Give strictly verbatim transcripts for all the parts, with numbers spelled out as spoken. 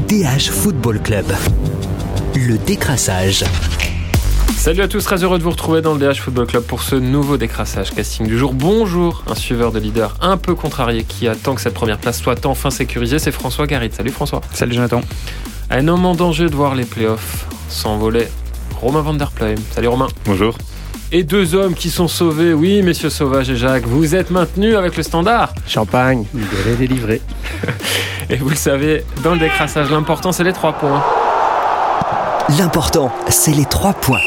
D H Football Club. Le décrassage. Salut à tous, très heureux de vous retrouver dans le D H Football Club pour ce nouveau décrassage casting du jour. Bonjour, un suiveur de leader un peu contrarié qui attend que cette première place soit enfin sécurisée, c'est François Garritte. Salut François. Salut Jonathan. Un homme en danger de voir les playoffs s'envoler, Romain Van Der Pleum. Salut Romain. Bonjour. Et deux hommes qui sont sauvés, oui messieurs Sauvage et Jacques, vous êtes maintenus avec le Standard. Champagne, libéré, délivré. Et vous le savez, dans le décrassage, l'important c'est les trois points. L'important, c'est les trois points.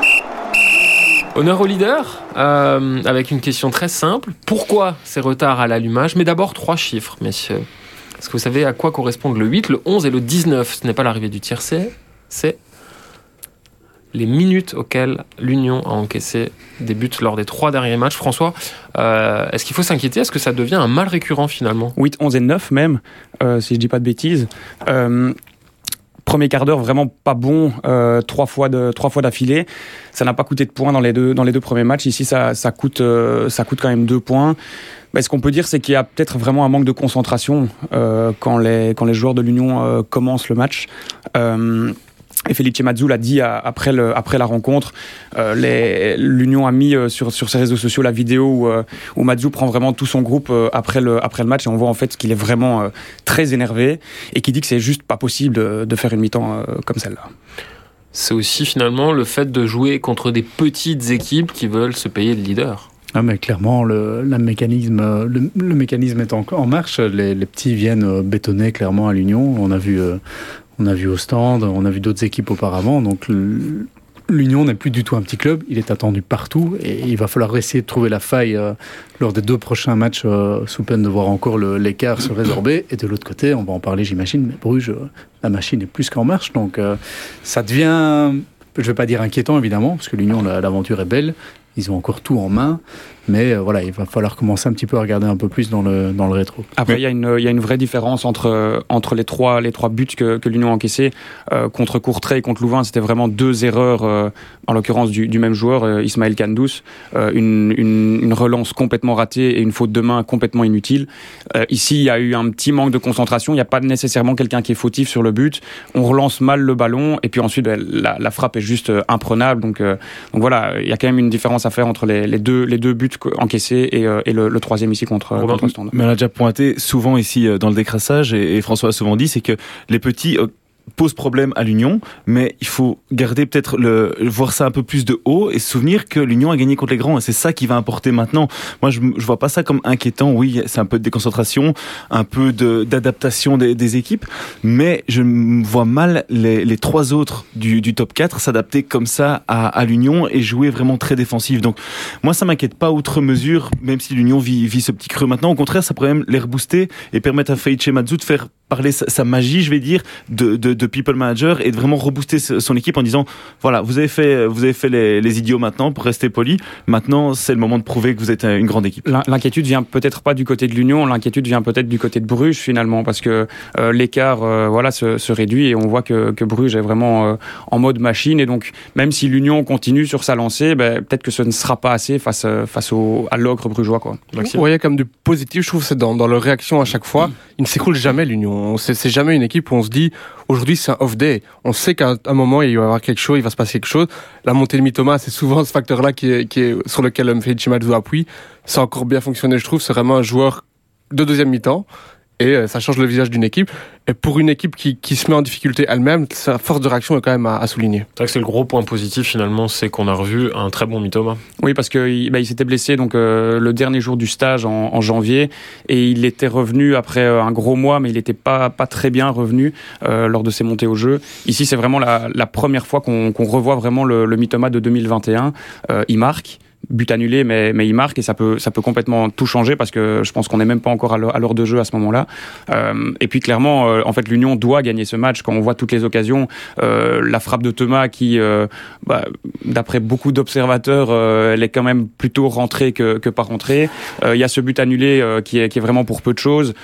Honneur au leader, euh, avec une question très simple. Pourquoi ces retards à l'allumage ? Mais d'abord, trois chiffres, messieurs. Est-ce que vous savez à quoi correspondent le huit, le onze et le dix-neuf ? Ce n'est pas l'arrivée du tiercé, c'est les minutes auxquelles l'Union a encaissé des buts lors des trois derniers matchs. François, euh, est-ce qu'il faut s'inquiéter ? Est-ce que ça devient un mal récurrent finalement ? huit, onze et neuf même, euh, si je dis pas de bêtises. Euh, premier quart d'heure vraiment pas bon, euh, trois fois de trois fois d'affilée. Ça n'a pas coûté de points dans les deux dans les deux premiers matchs. Ici, ça ça coûte euh, ça coûte quand même deux points. Ben, ce qu'on peut dire, c'est qu'il y a peut-être vraiment un manque de concentration euh, quand les quand les joueurs de l'Union euh, commencent le match. Euh, Et Felice Mazzu l'a dit après, le, après la rencontre. Euh, les, L'Union a mis euh, sur, sur ses réseaux sociaux la vidéo où, euh, où Mazzu prend vraiment tout son groupe euh, après, le, après le match. Et on voit en fait qu'il est vraiment euh, très énervé et qu'il dit que c'est juste pas possible de, de faire une mi-temps euh, comme celle-là. C'est aussi finalement le fait de jouer contre des petites équipes qui veulent se payer le leader. Ah mais clairement, le, le, mécanisme, le, le mécanisme est en, en marche. Les, les petits viennent bétonner clairement à l'Union. On a vu... Euh, On a vu au stand, on a vu d'autres équipes auparavant, donc l'Union n'est plus du tout un petit club, il est attendu partout et il va falloir essayer de trouver la faille euh, lors des deux prochains matchs euh, sous peine de voir encore le, l'écart se résorber. Et de l'autre côté, on va en parler j'imagine, mais Bruges, euh, la machine est plus qu'en marche, donc euh, ça devient, je ne vais pas dire inquiétant évidemment, parce que l'Union, l'aventure est belle, ils ont encore tout en main. Mais euh, voilà, il va falloir commencer un petit peu à regarder un peu plus dans le, dans le rétro. Après, il y a une, il y a une vraie différence entre, entre les, trois, les trois buts que, que l'Union a encaissés. Euh, contre Courtrai et contre Louvain, c'était vraiment deux erreurs, euh, en l'occurrence du, du même joueur, euh, Ismaël Kandous. Euh, une, une, une relance complètement ratée et une faute de main complètement inutile. Euh, ici, il y a eu un petit manque de concentration. Il n'y a pas nécessairement quelqu'un qui est fautif sur le but. On relance mal le ballon et puis ensuite, ben, la, la frappe est juste imprenable. Donc, euh, donc voilà, il y a quand même une différence à faire entre les, les, deux, les deux buts encaissé et, euh, et le, le troisième ici contre, contre le Stand. Mais on a déjà pointé souvent ici dans le décrassage et, et François a souvent dit, c'est que les petits euh, posent problème à l'Union, mais il faut garder peut-être le voir ça un peu plus de haut et se souvenir que l'Union a gagné contre les grands et c'est ça qui va importer maintenant. Moi je, je vois pas ça comme inquiétant. Oui, c'est un peu de déconcentration, un peu de, d'adaptation des, des équipes, mais je vois mal les, les trois autres du, du top quatre s'adapter comme ça à, à l'Union et jouer vraiment très défensif. Donc moi ça m'inquiète pas outre mesure, même si l'Union vit, vit ce petit creux maintenant. Au contraire, ça pourrait même les rebooster et permettre à Felice Mazzu de faire parler sa, sa magie, je vais dire, de, de, de people manager et de vraiment rebooster son équipe en disant voilà, vous avez fait, vous avez fait les, les idiots maintenant pour rester poli. Maintenant, c'est le moment de prouver que vous êtes une grande équipe. L'inquiétude vient peut-être pas du côté de l'Union, l'inquiétude vient peut-être du côté de Bruges finalement, parce que euh, l'écart euh, voilà, se, se réduit et on voit que, que Bruges est vraiment euh, en mode machine. Et donc, même si l'Union continue sur sa lancée, ben, peut-être que ce ne sera pas assez face, face au, à l'ogre brugeois, quoi. Vous voyez comme du positif, je trouve, c'est dans, dans leur réaction à chaque fois. Il ne s'écroule jamais l'Union. C'est, c'est jamais une équipe où on se dit aujourd'hui c'est un off day. On sait qu'à un moment il va y avoir quelque chose, il va se passer quelque chose. La montée de Mitoma, c'est souvent ce facteur-là qui est, qui est sur lequel Felice Mazzu appuie. Ça a encore bien fonctionné, je trouve. C'est vraiment un joueur de deuxième mi-temps et ça change le visage d'une équipe. Et pour une équipe qui, qui se met en difficulté elle-même, sa force de réaction est quand même à, à souligner. C'est vrai que c'est le gros point positif finalement, c'est qu'on a revu un très bon Mitoma. Oui, parce qu'il bah, il s'était blessé donc, euh, le dernier jour du stage en, en janvier et il était revenu après euh, un gros mois, mais il n'était pas, pas très bien revenu euh, lors de ses montées au jeu. Ici, c'est vraiment la, la première fois qu'on, qu'on revoit vraiment le, le Mitoma de deux mille vingt et un. Euh, il marque. But annulé, mais, mais il marque et ça peut, ça peut complètement tout changer parce que je pense qu'on n'est même pas encore à l'heure, à l'heure de jeu à ce moment-là. Euh, et puis clairement, euh, en fait, l'Union doit gagner ce match quand on voit toutes les occasions. Euh, la frappe de Thomas qui, euh, bah, d'après beaucoup d'observateurs, euh, elle est quand même plutôt rentrée que, que pas rentrée. Il euh, y a ce but annulé euh, qui, est, qui est vraiment pour peu de choses.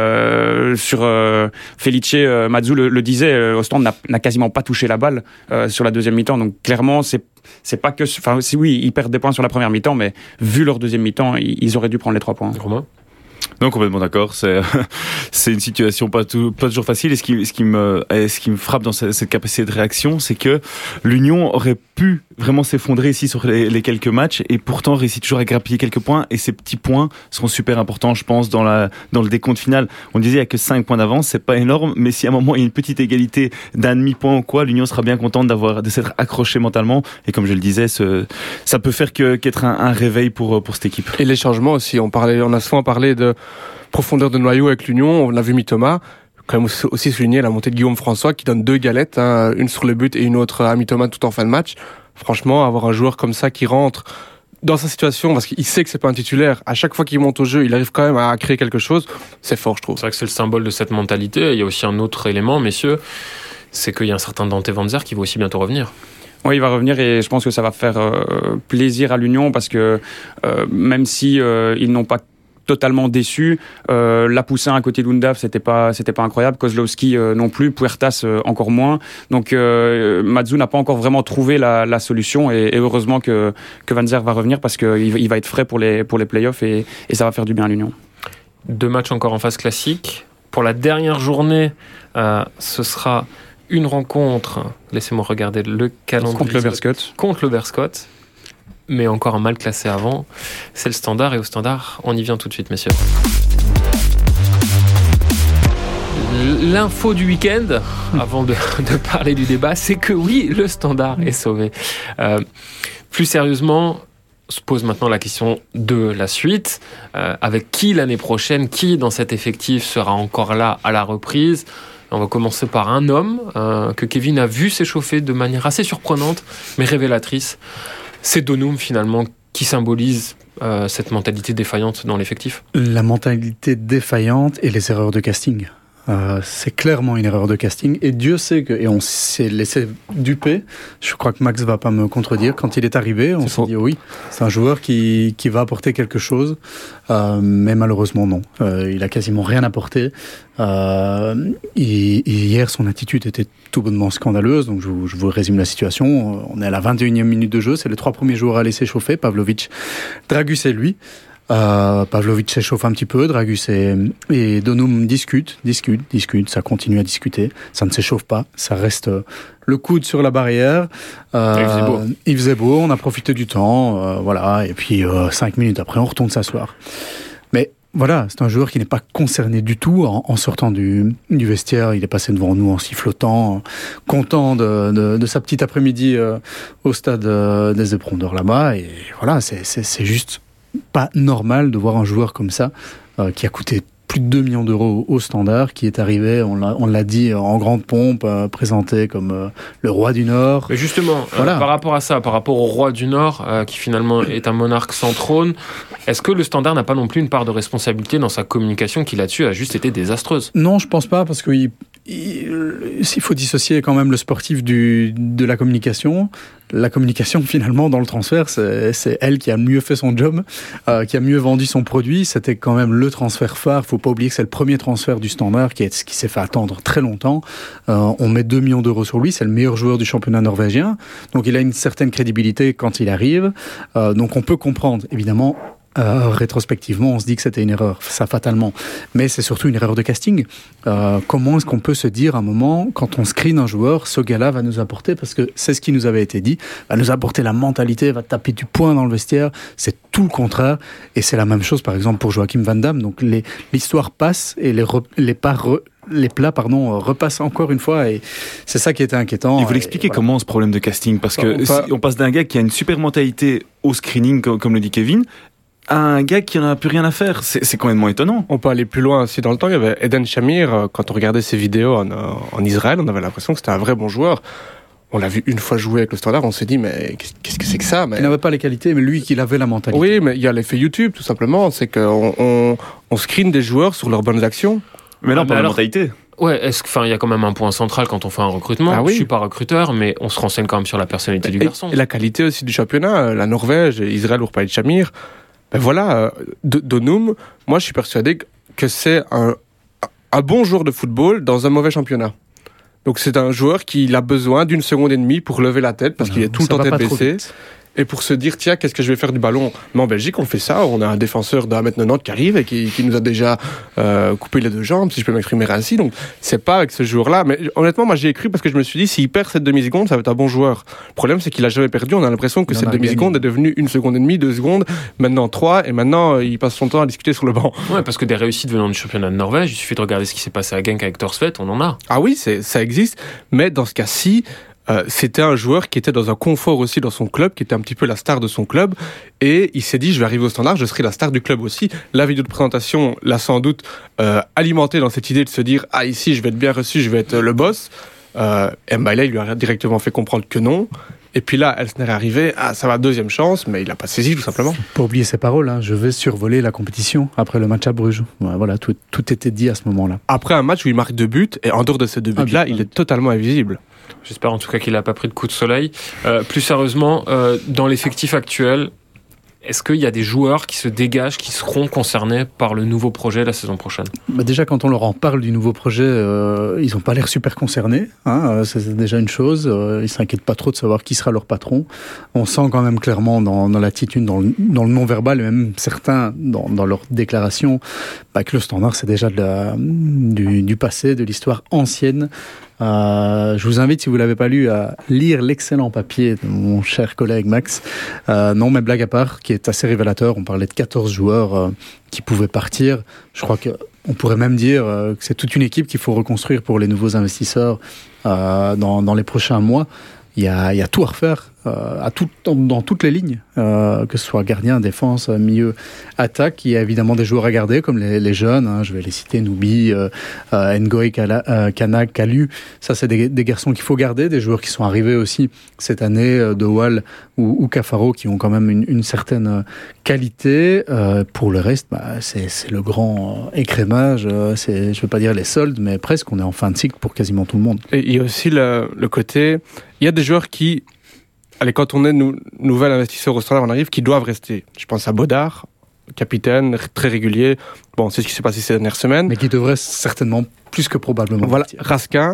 Euh, sur euh, Felice euh, Mazzu le, le disait, euh, Ostende n'a, n'a quasiment pas touché la balle euh, sur la deuxième mi-temps. Donc clairement, c'est c'est pas que, enfin, si oui, ils perdent des points sur la première mi-temps, mais vu leur deuxième mi-temps, ils auraient dû prendre les trois points. Romain ? Non, complètement d'accord. C'est c'est une situation pas tout, pas toujours facile. Et ce qui ce qui me ce qui me frappe dans cette, cette capacité de réaction, c'est que l'Union aurait pu vraiment s'effondrer ici sur les, les quelques matchs et pourtant réussit toujours à grappiller quelques points. Et ces petits points seront super importants, je pense, dans la dans le décompte final. On disait il y a que cinq points d'avance, c'est pas énorme, mais si à un moment il y a une petite égalité d'un demi point ou quoi, l'Union sera bien contente d'avoir de s'être accroché mentalement. Et comme je le disais, ce, ça peut faire que qu'être un, un réveil pour pour cette équipe. Et les changements aussi. On parlait, on a souvent parlé de profondeur de noyau avec l'Union. On a vu Mitoma. Quand même aussi souligner la montée de Guillaume François qui donne deux galettes, hein, une sur le but et une autre à Mitoma tout en fin de match. Franchement, avoir un joueur comme ça qui rentre dans sa situation, parce qu'il sait que c'est pas un titulaire, à chaque fois qu'il monte au jeu, il arrive quand même à créer quelque chose. C'est fort, je trouve. C'est vrai que c'est le symbole de cette mentalité. Il y a aussi un autre élément, messieurs, c'est qu'il y a un certain Dante Van Zer qui va aussi bientôt revenir. Oui, il va revenir et je pense que ça va faire euh, plaisir à l'Union parce que euh, même si euh, ils n'ont pas totalement déçu, euh, la Poussin à côté d'Undav, c'était pas c'était pas incroyable, Kozlowski euh, non plus, Puertas euh, encore moins. Donc euh, Matsu n'a pas encore vraiment trouvé la, la solution et, et heureusement que que Van Zer va revenir parce que il, il va être frais pour les pour les playoffs et, et ça va faire du bien à l'Union. Deux matchs encore en phase classique. Pour la dernière journée, euh, ce sera une rencontre, laissez-moi regarder le calendrier. Contre le Berscott. Contre le Berscott, mais encore un mal classé avant. C'est le Standard, et au Standard, on y vient tout de suite, messieurs. L'info du week-end, avant de, de parler du débat, c'est que oui, le Standard est sauvé. Euh, plus sérieusement, se pose maintenant la question de la suite. Euh, avec qui l'année prochaine, qui dans cet effectif sera encore là à la reprise ? On va commencer par un homme euh, que Kevin a vu s'échauffer de manière assez surprenante, mais révélatrice. C'est Donum, finalement, qui symbolise euh, cette mentalité défaillante dans l'effectif. La mentalité défaillante et les erreurs de casting. Euh, c'est clairement une erreur de casting et Dieu sait que, et on s'est laissé duper, je crois que Max va pas me contredire, quand il est arrivé on c'est s'est faux. dit oui, c'est un joueur qui, qui va apporter quelque chose, euh, mais malheureusement non, euh, il a quasiment rien apporté. Euh, et, et hier son attitude était tout bonnement scandaleuse, donc je vous, je vous résume la situation. On est à la vingt et unième minute de jeu, c'est les trois premiers joueurs à laisser chauffer, Pavlovic, Dragus et lui. Euh, Pavlovic s'échauffe un petit peu, Dragus et, et Donum discutent, discutent, discutent, ça continue à discuter, ça ne s'échauffe pas, ça reste le coude sur la barrière. Euh, il faisait beau. Il faisait beau, on a profité du temps, euh, voilà, et puis euh, cinq minutes après, on retourne s'asseoir. Mais voilà, c'est un joueur qui n'est pas concerné du tout en, en sortant du, du vestiaire. Il est passé devant nous en sifflotant, content de, de, de sa petite après-midi euh, au stade euh, des Éperondeurs là-bas. Et voilà, c'est, c'est, c'est juste pas normal de voir un joueur comme ça, euh, qui a coûté plus de deux millions d'euros au Standard, qui est arrivé, on l'a, on l'a dit, en grande pompe, euh, présenté comme euh, le roi du Nord. Mais justement, voilà. euh, par rapport à ça, par rapport au roi du Nord, euh, qui finalement est un monarque sans trône, est-ce que le Standard n'a pas non plus une part de responsabilité dans sa communication qui là-dessus a juste été désastreuse ? Non, je pense pas, parce qu'il il, il faut dissocier quand même le sportif du, de la communication. La communication, finalement, dans le transfert, c'est, c'est elle qui a mieux fait son job, euh, qui a mieux vendu son produit. C'était quand même le transfert phare. Faut pas oublier que c'est le premier transfert du Standard qui, est, qui s'est fait attendre très longtemps. Euh, on met deux millions d'euros sur lui. C'est le meilleur joueur du championnat norvégien. Donc, il a une certaine crédibilité quand il arrive. Euh, donc, on peut comprendre, évidemment. Euh, rétrospectivement, on se dit que c'était une erreur, ça fatalement. Mais c'est surtout une erreur de casting. Euh, comment est-ce qu'on peut se dire à un moment, quand on screen un joueur, ce gars-là va nous apporter, parce que c'est ce qui nous avait été dit, va nous apporter la mentalité, va taper du poing dans le vestiaire. C'est tout le contraire. Et c'est la même chose, par exemple, pour Joachim Van Damme. Donc les, l'histoire passe et les, re, les pas re, les plats pardon, repassent encore une fois et c'est ça qui était inquiétant. Il faut l'expliquer voilà. Comment ce problème de casting, parce que on, si on passe d'un gars qui a une super mentalité au screening, comme, comme le dit Kevin, à un gars qui n'en a plus rien à faire. C'est, c'est complètement étonnant. On peut aller plus loin aussi dans le temps. Il y avait Eden Shamir, quand on regardait ses vidéos en, en Israël, on avait l'impression que c'était un vrai bon joueur. On l'a vu une fois jouer avec le Standard, on s'est dit, mais qu'est-ce que c'est que ça mais... Il n'avait pas les qualités, mais lui, qu'il avait la mentalité. Oui, mais il y a l'effet YouTube, tout simplement. C'est qu'on on, on screen des joueurs sur leurs bonnes actions. Mais non, ah, pas la mentalité. Ouais, est-ce enfin il y a quand même un point central quand on fait un recrutement. Ah oui. Je suis pas recruteur, mais on se renseigne quand même sur la personnalité et, du garçon. Et la qualité aussi du championnat, la Norvège, Israël, Urpaï Shamir. Ben voilà, Donum, moi je suis persuadé que c'est un, un bon joueur de football dans un mauvais championnat. Donc c'est un joueur qui a besoin d'une seconde et demie pour lever la tête parce non, qu'il est tout le temps tête baissée. et pour se dire tiens qu'est-ce que je vais faire du ballon. Mais en Belgique on fait ça, on a un défenseur d'un mètre quatre-vingt-dix qui arrive et qui, qui nous a déjà euh, coupé les deux jambes, si je peux m'exprimer ainsi. Donc c'est pas avec ce joueur-là, mais honnêtement moi j'y ai cru parce que je me suis dit s'il perd cette demi-seconde ça va être un bon joueur. Le problème c'est qu'il a jamais perdu, on a l'impression que cette demi-seconde est devenue une seconde et demie, deux secondes, maintenant trois, et maintenant il passe son temps à discuter sur le banc. Ouais, parce que des réussites venant du championnat de Norvège, il suffit de regarder ce qui s'est passé à Genk avec Torsvedt, on en a. Ah oui, c'est, ça existe, mais dans ce cas-ci, euh, c'était un joueur qui était dans un confort aussi dans son club, qui était un petit peu la star de son club, et il s'est dit, je vais arriver au Standard, je serai la star du club aussi. La vidéo de présentation l'a sans doute euh, alimenté dans cette idée de se dire, ah ici, je vais être bien reçu, je vais être le boss. Euh, Mbaye lui a directement fait comprendre que non. Et puis là, Elsner est arrivé, ah, ça va, deuxième chance, mais il n'a pas saisi tout simplement. Pas oublier ses paroles, hein. Je vais survoler la compétition après le match à Bruges. Ouais, voilà, tout, tout était dit à ce moment-là. Après un match où il marque deux buts, et en dehors de ces deux buts-là, ah, il est totalement invisible. J'espère en tout cas qu'il n'a pas pris de coup de soleil. Euh, plus sérieusement, euh, dans l'effectif actuel, est-ce qu'il y a des joueurs qui se dégagent, qui seront concernés par le nouveau projet la saison prochaine ? Bah déjà, quand on leur en parle du nouveau projet, euh, ils n'ont pas l'air super concernés. Hein, c'est déjà une chose. Euh, ils ne s'inquiètent pas trop de savoir qui sera leur patron. On sent quand même clairement dans, dans l'attitude, dans le, dans le non-verbal, et même certains dans, dans leurs déclarations, bah, que le Standard, c'est déjà de la, du, du passé, de l'histoire ancienne. Euh, je vous invite, si vous ne l'avez pas lu, à lire l'excellent papier de mon cher collègue Max. Euh, non, mais blague à part, qui est assez révélateur. On parlait de quatorze joueurs euh, qui pouvaient partir. Je crois qu'on pourrait même dire euh, que c'est toute une équipe qu'il faut reconstruire pour les nouveaux investisseurs euh, dans, dans les prochains mois. Il y a, il y a tout à refaire, euh, à tout, dans, dans toutes les lignes, euh, que ce soit gardien, défense, milieu, attaque. Il y a évidemment des joueurs à garder, comme les, les jeunes. Hein, je vais les citer, Noubi, euh, euh, Ngoy, Kala, euh, Kana, Kalu. Ça, c'est des, des garçons qu'il faut garder. Des joueurs qui sont arrivés aussi cette année, euh, de Wall ou, ou Cafaro, qui ont quand même une, une certaine qualité. Euh, pour le reste, bah, c'est, c'est le grand écrémage. Euh, c'est, je ne veux pas dire les soldes, mais presque. On est en fin de cycle pour quasiment tout le monde. Et il y a aussi le, le côté... Il y a des joueurs qui, allez, quand on est nou, nouvel investisseur au Standard, on arrive, qui doivent rester. Je pense à Baudard, capitaine, très régulier. Bon, c'est ce qui s'est passé ces dernières semaines. Mais qui devrait certainement, plus que probablement, voilà, partir. Raskin,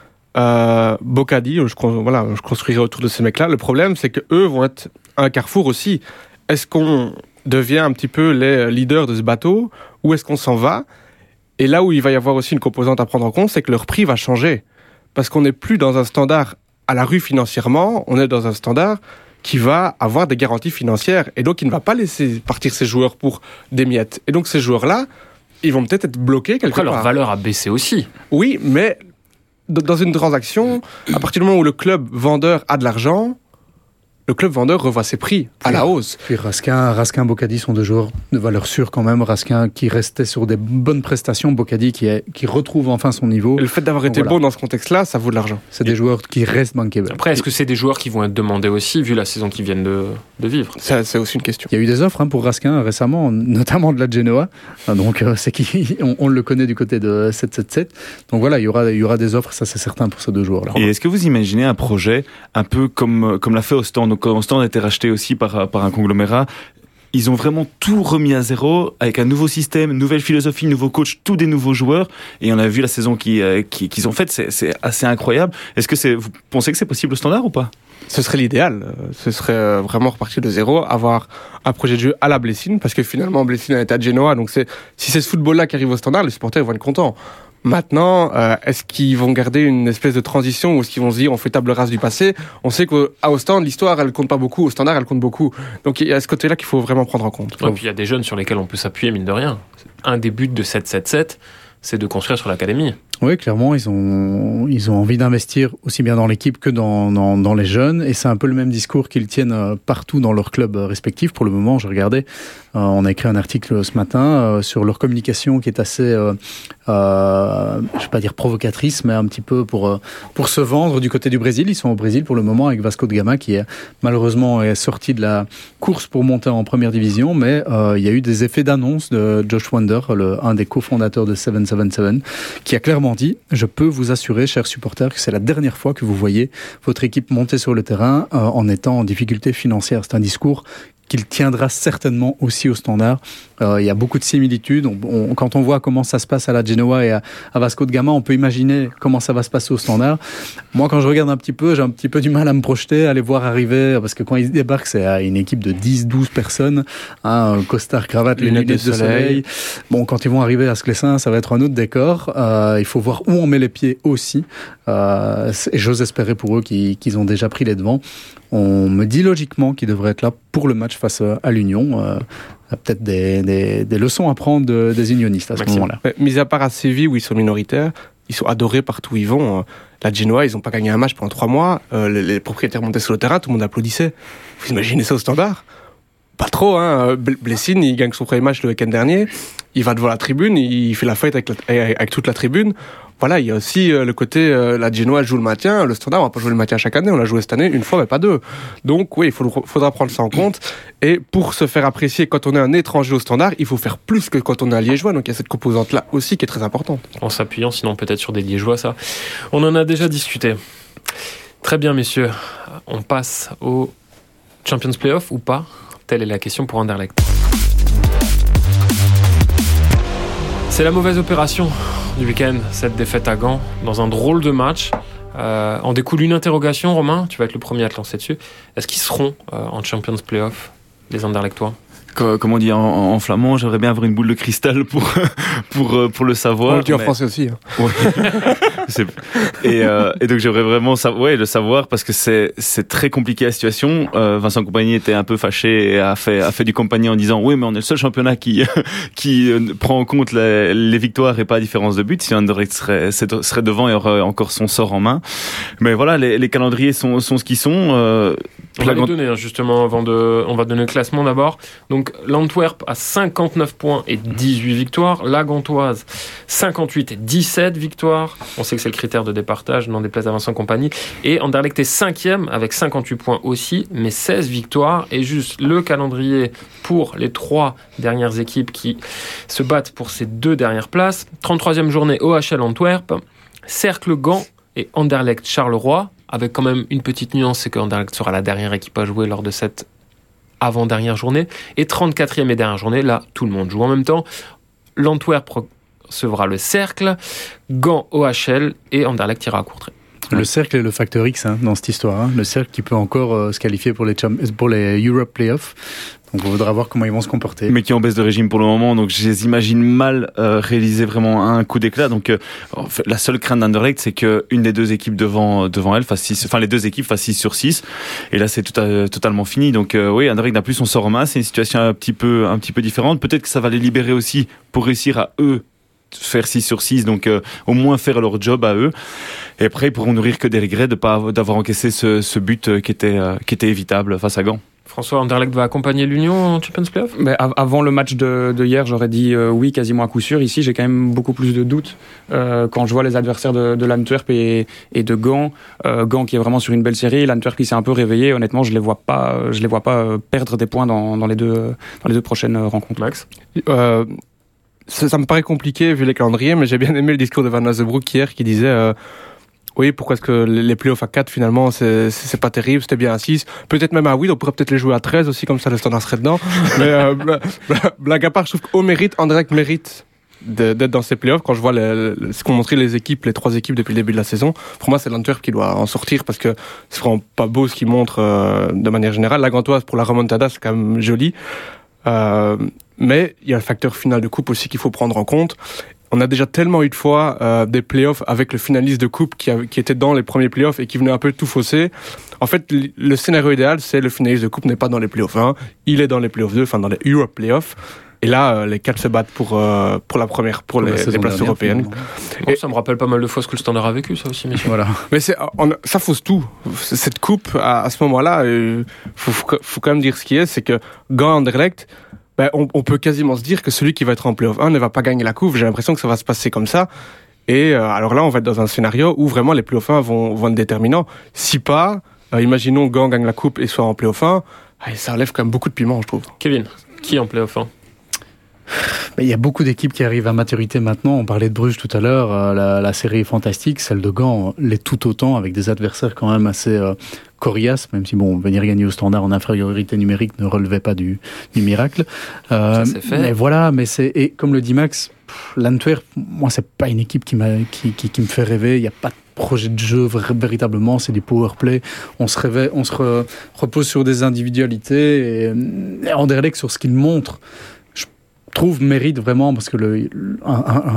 euh, Bocadi, je, voilà, je construirai autour de ces mecs-là. Le problème, c'est qu'eux vont être un carrefour aussi. Est-ce qu'on devient un petit peu les leaders de ce bateau, ou est-ce qu'on s'en va ? Et là où il va y avoir aussi une composante à prendre en compte, c'est que leur prix va changer. Parce qu'on n'est plus dans un Standard à la rue financièrement, on est dans un Standard qui va avoir des garanties financières et donc il ne va pas laisser partir ses joueurs pour des miettes. Et donc ces joueurs-là, ils vont peut-être être bloqués quelque Après, part. leur valeur a baissé aussi. Oui, mais dans une transaction, à partir du moment où le club vendeur a de l'argent, le club vendeur revoit ses prix à la hausse. Puis Raskin, Raskin, Bocadi sont deux joueurs de valeur sûre quand même. Raskin qui restait sur des bonnes prestations, Bocadi qui, est, qui retrouve enfin son niveau. Et le fait d'avoir été voilà. bon dans ce contexte-là, ça vaut de l'argent. C'est des joueurs qui restent bankable. Après, est-ce que c'est des joueurs qui vont être demandés aussi, vu la saison qu'ils viennent de, de vivre ? Ça, c'est aussi une question. Il y a eu des offres hein, pour Raskin récemment, notamment de la Genoa. Donc euh, c'est qui, on, on le connaît du côté de sept cent soixante-dix. Donc voilà, il y aura, il y aura des offres, ça c'est certain pour ces deux joueurs-là. Et est-ce que vous imaginez un projet un peu comme, comme l'a fait Ostend ? Donc Ostend a été racheté aussi par, par un conglomérat. Ils ont vraiment tout remis à zéro avec un nouveau système, nouvelle philosophie, nouveau coach, tous des nouveaux joueurs. Et on a vu la saison qui, euh, qui, qu'ils ont faite, c'est, c'est assez incroyable. Est-ce que c'est, vous pensez que c'est possible au Standard ou pas ? Ce serait l'idéal. Ce serait vraiment repartir de zéro, avoir un projet de jeu à la Blessine, parce que finalement Blessine est à Genoa. Donc c'est, si c'est ce football-là qui arrive au Standard, les supporters vont être contents. Maintenant, euh, est-ce qu'ils vont garder une espèce de transition ou est-ce qu'ils vont se dire on fait table rase du passé ? On sait qu'à Ostend, l'histoire, elle compte pas beaucoup. Au Standard, elle compte beaucoup. Donc il y a ce côté-là qu'il faut vraiment prendre en compte. Et puis il y a des jeunes sur lesquels on peut s'appuyer, mine de rien. Un des buts de sept cent soixante-dix, c'est de construire sur l'académie. Oui, clairement, ils ont, ils ont envie d'investir aussi bien dans l'équipe que dans, dans, dans les jeunes. Et c'est un peu le même discours qu'ils tiennent partout dans leurs clubs respectifs. Pour le moment, je regardais, euh, on a écrit un article ce matin euh, sur leur communication qui est assez, euh, euh, je ne vais pas dire provocatrice, mais un petit peu pour, euh, pour se vendre du côté du Brésil. Ils sont au Brésil pour le moment avec Vasco de Gama qui est, malheureusement est sorti de la course pour monter en première division. Mais euh, il y a eu des effets d'annonce de Josh Wander, le, un des cofondateurs de sept cent soixante-dix, qui a clairement dit, je peux vous assurer, chers supporters, que c'est la dernière fois que vous voyez votre équipe monter sur le terrain euh, en étant en difficulté financière. C'est un discours qu'il tiendra certainement aussi au Standard. Euh, il y a beaucoup de similitudes. On, on, quand on voit comment ça se passe à la Genoa et à, à Vasco de Gama, on peut imaginer comment ça va se passer au Standard. Moi, quand je regarde un petit peu, j'ai un petit peu du mal à me projeter, à les voir arriver, parce que quand ils débarquent, c'est une équipe de dix douze personnes, hein, costard, cravate, lunettes, lunettes de, de soleil. soleil. Bon, quand ils vont arriver à Sclessin, ça va être un autre décor. Euh, il faut voir où on met les pieds aussi. Euh, et j'ose espérer pour eux qu'ils, qu'ils ont déjà pris les devants. On me dit logiquement qu'ils devraient être là pour le match face à l'Union. Euh, il y a peut-être des, des, des leçons à prendre de, des unionistes à ce Maxime. moment-là. Mais, mis à part à Séville où ils sont minoritaires, ils sont adorés partout où ils vont. La Genoa, ils n'ont pas gagné un match pendant trois mois. Euh, les, les propriétaires montaient sur le terrain, tout le monde applaudissait. Vous imaginez ça au Standard ? Pas trop, hein. Blessing, il gagne son premier match le week-end dernier. Il va devant la tribune, il fait la fête avec, la, avec toute la tribune. Voilà, il y a aussi euh, le côté, euh, la Genoa joue le maintien, le Standard, on va pas jouer le maintien chaque année, on l'a joué cette année une fois, mais pas deux. Donc oui, il faudra, faudra prendre ça en compte. Et pour se faire apprécier quand on est un étranger au Standard, il faut faire plus que quand on est un Liégeois. Donc il y a cette composante-là aussi qui est très importante. En s'appuyant sinon peut-être sur des Liégeois, ça. On en a déjà discuté. Très bien, messieurs. On passe au Champions Playoff ou pas ? Telle est la question pour Anderlecht. C'est la mauvaise opération du week-end, cette défaite à Gand, dans un drôle de match. Euh, en découle une interrogation, Romain, tu vas être le premier à te lancer dessus. Est-ce qu'ils seront euh, en Champions Playoff, les Anderlechtois ? Comme on dit en, en flamand, j'aimerais bien avoir une boule de cristal pour, pour, pour le savoir. On le dit mais... en français aussi. Hein. Ouais. c'est... Et, euh, et donc j'aimerais vraiment sa... ouais, le savoir parce que c'est, c'est très compliqué la situation. Euh, Vincent Kompany était un peu fâché et a fait, a fait du Kompany en disant oui mais on est le seul championnat qui, qui prend en compte les, les victoires et pas la différence de but. Si Anderlecht serait, serait devant et aurait encore son sort en main. Mais voilà, les, les calendriers sont, sont ce qu'ils sont. Euh, on va les donner hein, justement avant de... On va donner le classement d'abord. Donc l'Antwerp a cinquante-neuf points et dix-huit victoires. La Gantoise, cinquante-huit et dix-sept victoires. On sait que c'est le critère de départage, n'en déplaise à Vincent Kompany. Et Anderlecht est cinquième avec cinquante-huit points aussi, mais seize victoires. Et juste le calendrier pour les trois dernières équipes qui se battent pour ces deux dernières places. trente-troisième journée O H L Antwerp, Cercle Gand et Anderlecht Charleroi. Avec quand même une petite nuance, c'est que Anderlecht sera la dernière équipe à jouer lors de cette avant-dernière journée. Et trente-quatrième et dernière journée, là, tout le monde joue en même temps. L'Antwerp recevra le Cercle, Gand O H L et Anderlecht ira à Courtrai. Le Cercle est le facteur X hein, dans cette histoire. Hein. Le Cercle qui peut encore euh, se qualifier pour les, champ- pour les Europe Playoffs. Donc on voudra voir comment ils vont se comporter. Mais qui est en baisse de régime pour le moment, donc je les imagine mal euh, réaliser vraiment un coup d'éclat. Donc euh, en fait, la seule crainte d'Anderlecht, c'est qu'une des deux équipes devant devant elle fasse six, enfin les deux équipes fassent six sur six. Et là c'est tout à, totalement fini. Donc euh, oui, Anderlecht n'a plus son sort en main. C'est une situation un petit peu un petit peu différente. Peut-être que ça va les libérer aussi pour réussir à eux faire six sur six, donc euh, au moins faire leur job à eux. Et après ils pourront nourrir que des regrets de pas d'avoir encaissé ce, ce but qui était euh, qui était évitable face à Gand. François, Anderlecht va accompagner l'Union en Champions Playoff ? Mais avant le match de, de hier, j'aurais dit euh, oui, quasiment à coup sûr. Ici, j'ai quand même beaucoup plus de doutes euh, quand je vois les adversaires de, de l'Antwerp et, et de Gand. Euh, Gand qui est vraiment sur une belle série, l'Antwerp qui s'est un peu réveillé. Honnêtement, je les vois pas, je les vois pas perdre des points dans, dans les deux dans les deux prochaines rencontres. Max, euh, ça, ça me paraît compliqué vu les calendriers, mais j'ai bien aimé le discours de Van Azebroek hier qui disait. Euh, Oui, pourquoi est-ce que les playoffs à quatre, finalement, c'est, c'est pas terrible, c'était bien à six. Peut-être même à huit, on pourrait peut-être les jouer à treize aussi, comme ça le Standard serait dedans. Mais euh, blague à part, je trouve qu'au mérite, Anderlecht mérite de, d'être dans ces playoffs. Quand je vois les, les, ce qu'ont montré les équipes, les trois équipes depuis le début de la saison, pour moi, c'est l'Antwerp qui doit en sortir parce que c'est vraiment pas beau ce qu'ils montrent euh, de manière générale. La Gantoise, pour la remontada, c'est quand même joli. Euh, mais il y a le facteur final de coupe aussi qu'il faut prendre en compte. On a déjà tellement eu de fois euh, des playoffs avec le finaliste de coupe qui, a, qui était dans les premiers playoffs et qui venait un peu tout fausser. En fait, le, le scénario idéal, c'est le finaliste de coupe n'est pas dans les playoffs un, il est dans les playoffs deux, enfin dans les Europe Playoffs. Et là, euh, les quatre se battent pour euh, pour la première, pour, pour les, les places européennes. Bon, et ça me rappelle pas mal de fois ce que le Standard a vécu, ça aussi, messieurs. Voilà. Mais c'est, on, ça fausse tout. Cette coupe, à, à ce moment-là, il faut, faut, faut quand même dire ce qui est, c'est que Gand Anderlecht. Ben, on, on peut quasiment se dire que celui qui va être en playoff un ne va pas gagner la coupe. J'ai l'impression que ça va se passer comme ça. Et euh, alors là, on va être dans un scénario où vraiment les playoff un vont, vont être déterminants. Si pas, euh, imaginons Gand gagne la coupe et soit en playoff un, ça enlève quand même beaucoup de piment, je trouve. Kevin, qui est en playoff un ? Il y a beaucoup d'équipes qui arrivent à maturité maintenant. On parlait de Bruges tout à l'heure. La, la série est fantastique. Celle de Gand l'est tout autant, avec des adversaires quand même assez euh, coriace, même si bon, venir gagner au Standard en infériorité numérique ne relevait pas du, du miracle. Euh, Ça c'est fait. Mais voilà, mais c'est et comme le dit Max, pff, l'Antwerp, moi c'est pas une équipe qui m'a qui, qui, qui me fait rêver. Il y a pas de projet de jeu véritablement, c'est du power play. On se réveille, on se re, repose sur des individualités et, et Anderlecht sur ce qu'il montre. Trouve mérite vraiment parce que le, un,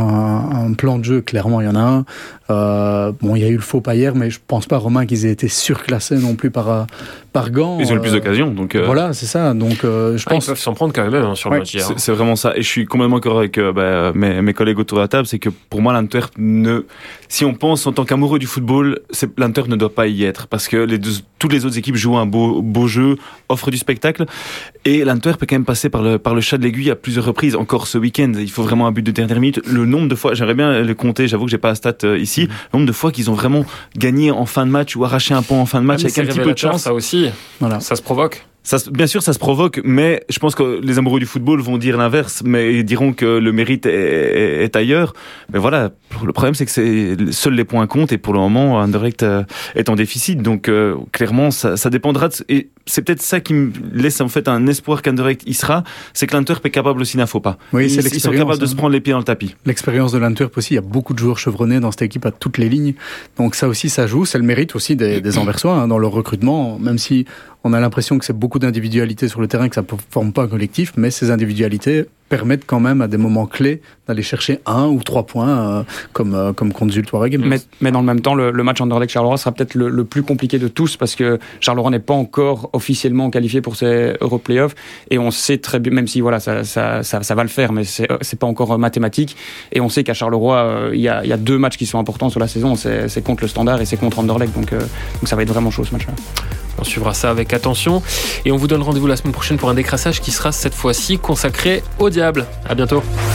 un, un plan de jeu clairement il y en a un euh, bon il y a eu le faux pas hier mais je pense pas Romain qu'ils aient été surclassés non plus par par Gand. Ils ont eu le plus d'occasions donc euh... voilà c'est ça donc euh, je ah, pense ils peuvent s'en prendre quand même hein, sur ouais. le match hier. C'est, c'est vraiment ça et je suis complètement d'accord avec euh, bah, mes, mes collègues autour de la table, c'est que pour moi l'Antwerp ne si on pense en tant qu'amoureux du football, c'est, l'Antwerp ne doit pas y être parce que les deux, toutes les autres équipes jouent un beau beau jeu, offrent du spectacle et l'Antwerp est quand même passé par le par le chat de l'aiguille à plusieurs reprises. Encore ce week-end, il faut vraiment un but de dernière minute. Le nombre de fois, j'aimerais bien le compter, j'avoue que j'ai pas la stat euh, ici, mmh. le nombre de fois qu'ils ont vraiment gagné en fin de match ou arraché un point en fin de match ah, avec un petit peu de chance. Ça aussi, voilà. Ça se provoque. Ça, bien sûr, ça se provoque, mais je pense que les amoureux du football vont dire l'inverse, mais ils diront que le mérite est, est, est ailleurs. Mais voilà, le problème, c'est que c'est, seuls les points comptent et pour le moment, Anderlecht est en déficit. Donc, euh, clairement, ça, ça dépendra de, et c'est peut-être ça qui me laisse en fait un espoir qu'Anderlecht y sera, c'est que l'Antwerp est capable aussi d'un faux pas. Oui, c'est ils, ils sont capables de se prendre les pieds dans le tapis. L'expérience de l'Antwerp aussi, il y a beaucoup de joueurs chevronnés dans cette équipe à toutes les lignes. Donc ça aussi, ça joue. C'est le mérite aussi des, des Anversois hein, dans leur recrutement, même si on a l'impression que c'est beaucoup d'individualités sur le terrain, que ça ne forme pas un collectif, mais ces individualités permettent quand même à des moments clés d'aller chercher un ou trois points euh, comme, euh, comme contre Zulte Waregem. Mais, mais dans le même temps, le, le match Anderlecht-Charleroi sera peut-être le, le plus compliqué de tous parce que Charleroi n'est pas encore officiellement qualifié pour ces Euro-Playoffs et on sait très bien, même si voilà, ça, ça, ça, ça va le faire, mais c'est, c'est pas encore mathématique et on sait qu'à Charleroi, il euh, y, a, y a deux matchs qui sont importants sur la saison, c'est, c'est contre le Standard et c'est contre Anderlecht, donc, euh, donc ça va être vraiment chaud ce match-là. On suivra ça avec attention et on vous donne rendez-vous la semaine prochaine pour un décrassage qui sera cette fois-ci consacré au diable. À bientôt.